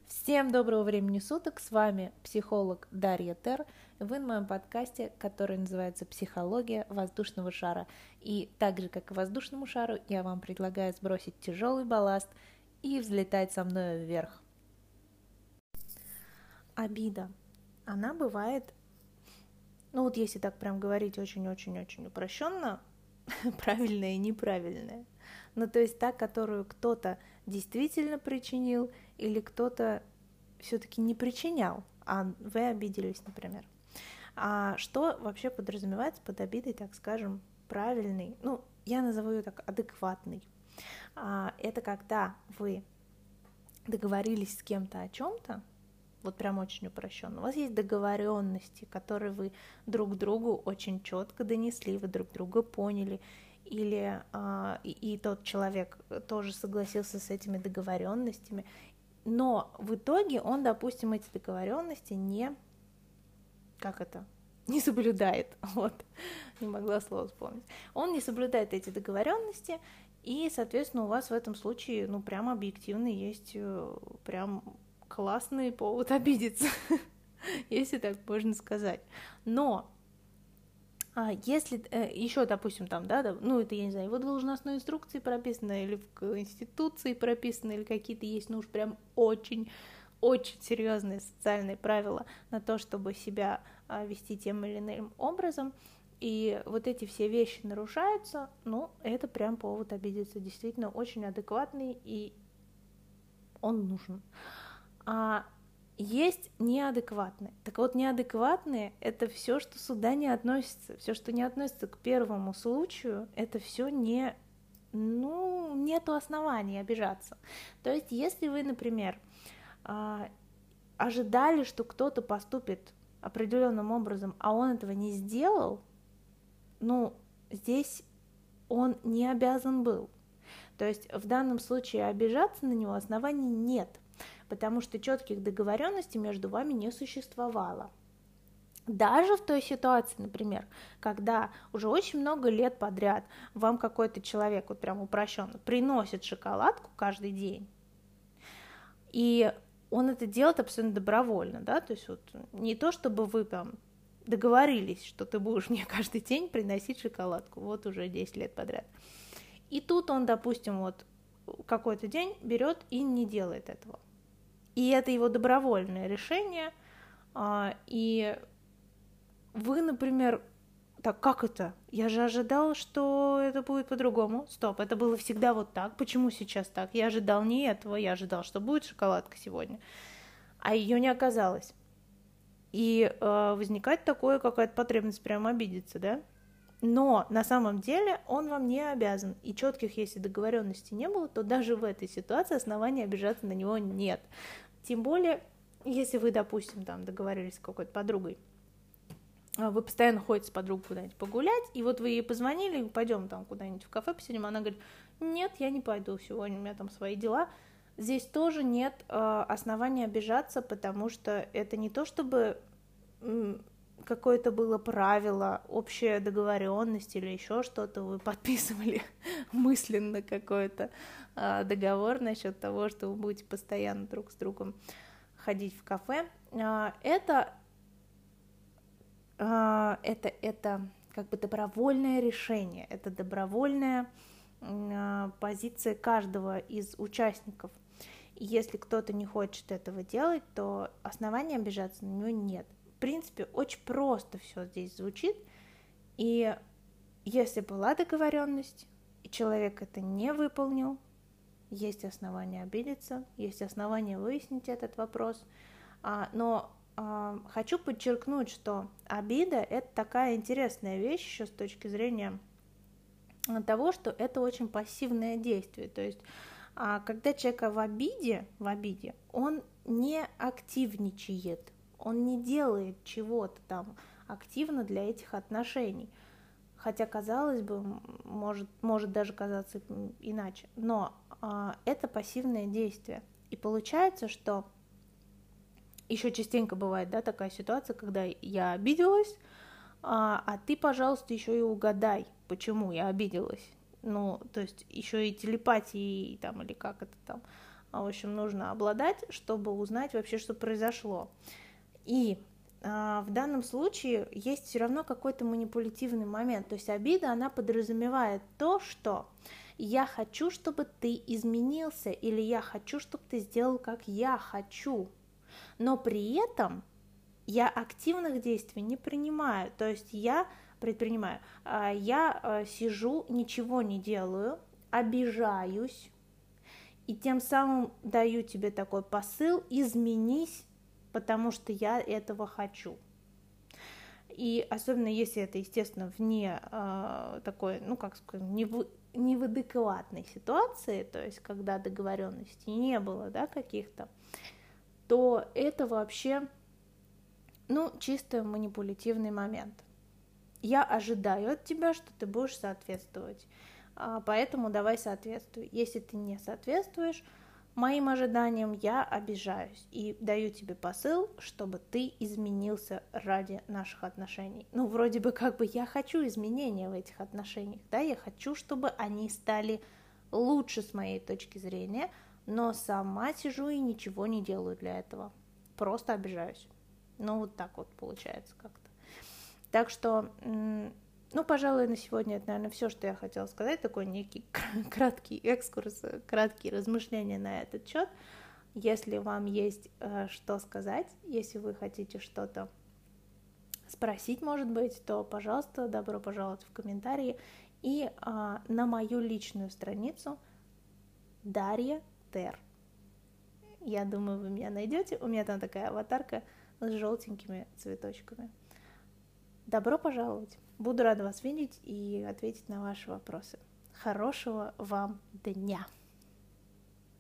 Всем доброго времени суток, с вами психолог Дарья Тер, вы на моем подкасте, который называется «Психология воздушного шара». И так же, как и воздушному шару, я вам предлагаю сбросить тяжелый балласт и взлетать со мной вверх. Обида, она бывает, если так прям говорить очень-очень-очень упрощенно, правильная и неправильная. То есть та, которую кто-то действительно причинил, или кто-то все-таки не причинял, а вы обиделись, например. А что вообще подразумевается под обидой, так скажем, правильный, я назову ее так, адекватный. Это когда вы договорились с кем-то о чем-то, вот прям очень упрощенно. У вас есть договоренности, которые вы друг другу очень четко донесли, вы друг друга поняли, или и тот человек тоже согласился с этими договоренностями, но в итоге он, допустим, эти договоренности не соблюдает, не могла слово вспомнить. Он не соблюдает эти договоренности, и, соответственно, у вас в этом случае, прям объективно есть прям классный повод обидеться, если так можно сказать. Но если еще, допустим, это, я не знаю, его должностной инструкции прописано, или в Конституции прописано, или какие-то есть, уж прям очень серьезные социальные правила на то, чтобы себя вести тем или иным образом, и вот эти все вещи нарушаются, это прям повод обидеться, действительно очень адекватный, и он нужен. Есть неадекватные. Так вот, неадекватные — это все, что сюда не относится. Все, что не относится к первому случаю, это все нету оснований обижаться. То есть, если вы, например, ожидали, что кто-то поступит определенным образом, а он этого не сделал, здесь он не обязан был. То есть, в данном случае обижаться на него оснований нет, потому что четких договоренностей между вами не существовало. Даже в той ситуации, например, когда уже очень много лет подряд вам какой-то человек, вот прям упрощенно, приносит шоколадку каждый день, и он это делает абсолютно добровольно, да, то есть вот не то, чтобы вы там договорились, что ты будешь мне каждый день приносить шоколадку, вот уже 10 лет подряд. И тут он, допустим, вот какой-то день берет и не делает этого. И это его добровольное решение, и вы, например, так, как это? Я же ожидал, что это будет по-другому. Стоп, это было всегда вот так. Почему сейчас так? Я ожидал не этого, я ожидал, что будет шоколадка сегодня, а ее не оказалось. И возникает такое, какая-то потребность прямо обидеться, да? Но на самом деле он вам не обязан. И четких, если договоренностей не было, то даже в этой ситуации оснований обижаться на него нет. Тем более, если вы, допустим, договорились с какой-то подругой, вы постоянно ходите с подругой куда-нибудь погулять, и вот вы ей позвонили, пойдем куда-нибудь в кафе посидим, она говорит: нет, я не пойду сегодня, у меня свои дела. Здесь тоже нет основания обижаться, потому что это не то, чтобы какое-то было правило, общая договоренность или еще что-то, вы подписывали мысленно какой-то договор насчет того, что вы будете постоянно друг с другом ходить в кафе. Это как бы добровольное решение, это добровольная позиция каждого из участников. И если кто-то не хочет этого делать, то оснований обижаться на него нет. В принципе, очень просто все здесь звучит, и если была договоренность, и человек это не выполнил, есть основания обидеться, есть основания выяснить этот вопрос, но хочу подчеркнуть, что обида — это такая интересная вещь еще с точки зрения того, что это очень пассивное действие, то есть когда человек в обиде, он не активничает, он не делает чего-то активно для этих отношений, хотя, казалось бы, может даже казаться иначе, но это пассивное действие, и получается, что еще частенько бывает, да, такая ситуация, когда я обиделась, а ты, пожалуйста, еще и угадай, почему я обиделась. То есть еще и телепатией, или как это в общем, нужно обладать, чтобы узнать вообще, что произошло. И в данном случае есть все равно какой-то манипулятивный момент. То есть обида, она подразумевает то, что я хочу, чтобы ты изменился, или я хочу, чтобы ты сделал, как я хочу. Но при этом я активных действий не принимаю. То есть я предпринимаю. Я сижу, ничего не делаю, обижаюсь, и тем самым даю тебе такой посыл: изменись, потому что я этого хочу. И особенно если это, естественно, вне такой, ну как сказать, не в адекватной ситуации, то есть когда договоренностей не было, да, каких-то, то это вообще, ну, чисто манипулятивный момент. Я ожидаю от тебя, что ты будешь соответствовать, поэтому давай соответствуй. Если ты не соответствуешь моим ожиданиям, я обижаюсь и даю тебе посыл, чтобы ты изменился ради наших отношений. Ну, вроде бы как бы я хочу изменения в этих отношениях, да, я хочу, чтобы они стали лучше с моей точки зрения, но сама сижу и ничего не делаю для этого, просто обижаюсь. Ну, вот так вот получается как-то. Так что, ну, пожалуй, на сегодня это, наверное, все, что я хотела сказать. Такой некий краткий экскурс, краткие размышления на этот счет. Если вам есть что сказать, если вы хотите что-то спросить, может быть, то, пожалуйста, добро пожаловать в комментарии. И на мою личную страницу Дарья Тер. Я думаю, вы меня найдете. У меня там такая аватарка с желтенькими цветочками. Добро пожаловать! Буду рада вас видеть и ответить на ваши вопросы. Хорошего вам дня!